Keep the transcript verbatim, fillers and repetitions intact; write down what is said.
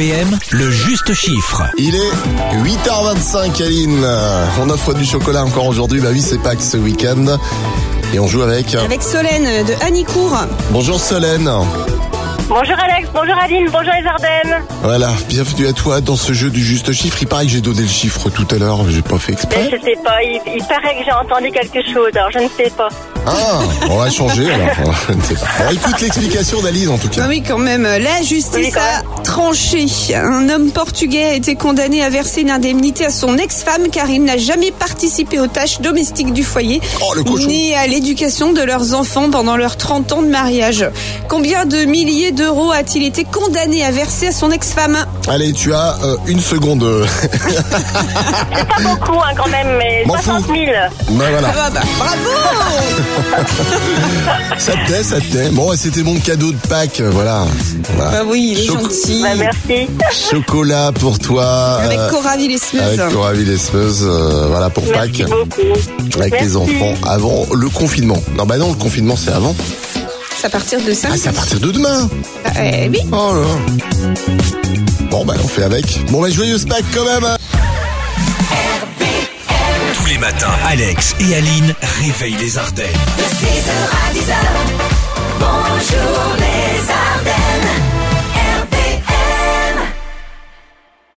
V M, le juste chiffre. Il est huit heures vingt-cinq, Aline. On offre du chocolat encore aujourd'hui. Bah oui, c'est Pâques ce week-end. Et on joue avec... Avec Solène de Hanicourt. Bonjour Solène. Bonjour Alex, bonjour Aline, bonjour les Ardennes. Voilà, bienvenue à toi dans ce jeu du juste chiffre. Il paraît que j'ai donné le chiffre tout à l'heure, j'ai pas fait exprès. Mais je sais pas, il, il paraît que j'ai entendu quelque chose, alors je ne sais pas. Ah, on va changer alors. Je ne sais pas. Bon, écoute l'explication d'Aline en tout cas. Ah oui, quand même, la justice Oui, quand a tranché. Un homme portugais a été condamné à verser une indemnité à son ex-femme car il n'a jamais participé aux tâches domestiques du foyer, Oh, le cochon. ni à l'éducation de leurs enfants pendant leurs trente ans de mariage. Combien de milliers d'euros a-t-il été condamné à verser à son ex-femme? Allez, tu as euh, une seconde. C'est pas beaucoup hein, quand même, mais M'en soixante mille. Ben voilà, Ah bah, bravo. ça te plaît, ça te plaît. Bon, c'était mon cadeau de Pâques, voilà. Voilà. Bah oui, il est Choco- gentil. Bah, merci. Chocolat pour toi. Avec euh, Cora Villesmeuse. Avec Cora Villesmeuse, euh, voilà pour Merci Pâques. beaucoup. Avec Merci. les enfants avant le confinement. Non, bah non, le confinement c'est avant. C'est à partir de ça. Ah, c'est à partir de demain. Eh oui. Oh là. Bon, bah on fait avec. Bon, bah joyeuse Pâques quand même. Hein. Tous les matins, Alex et Aline réveillent les Ardennes. De six heures à dix heures, bonjour les Ardennes.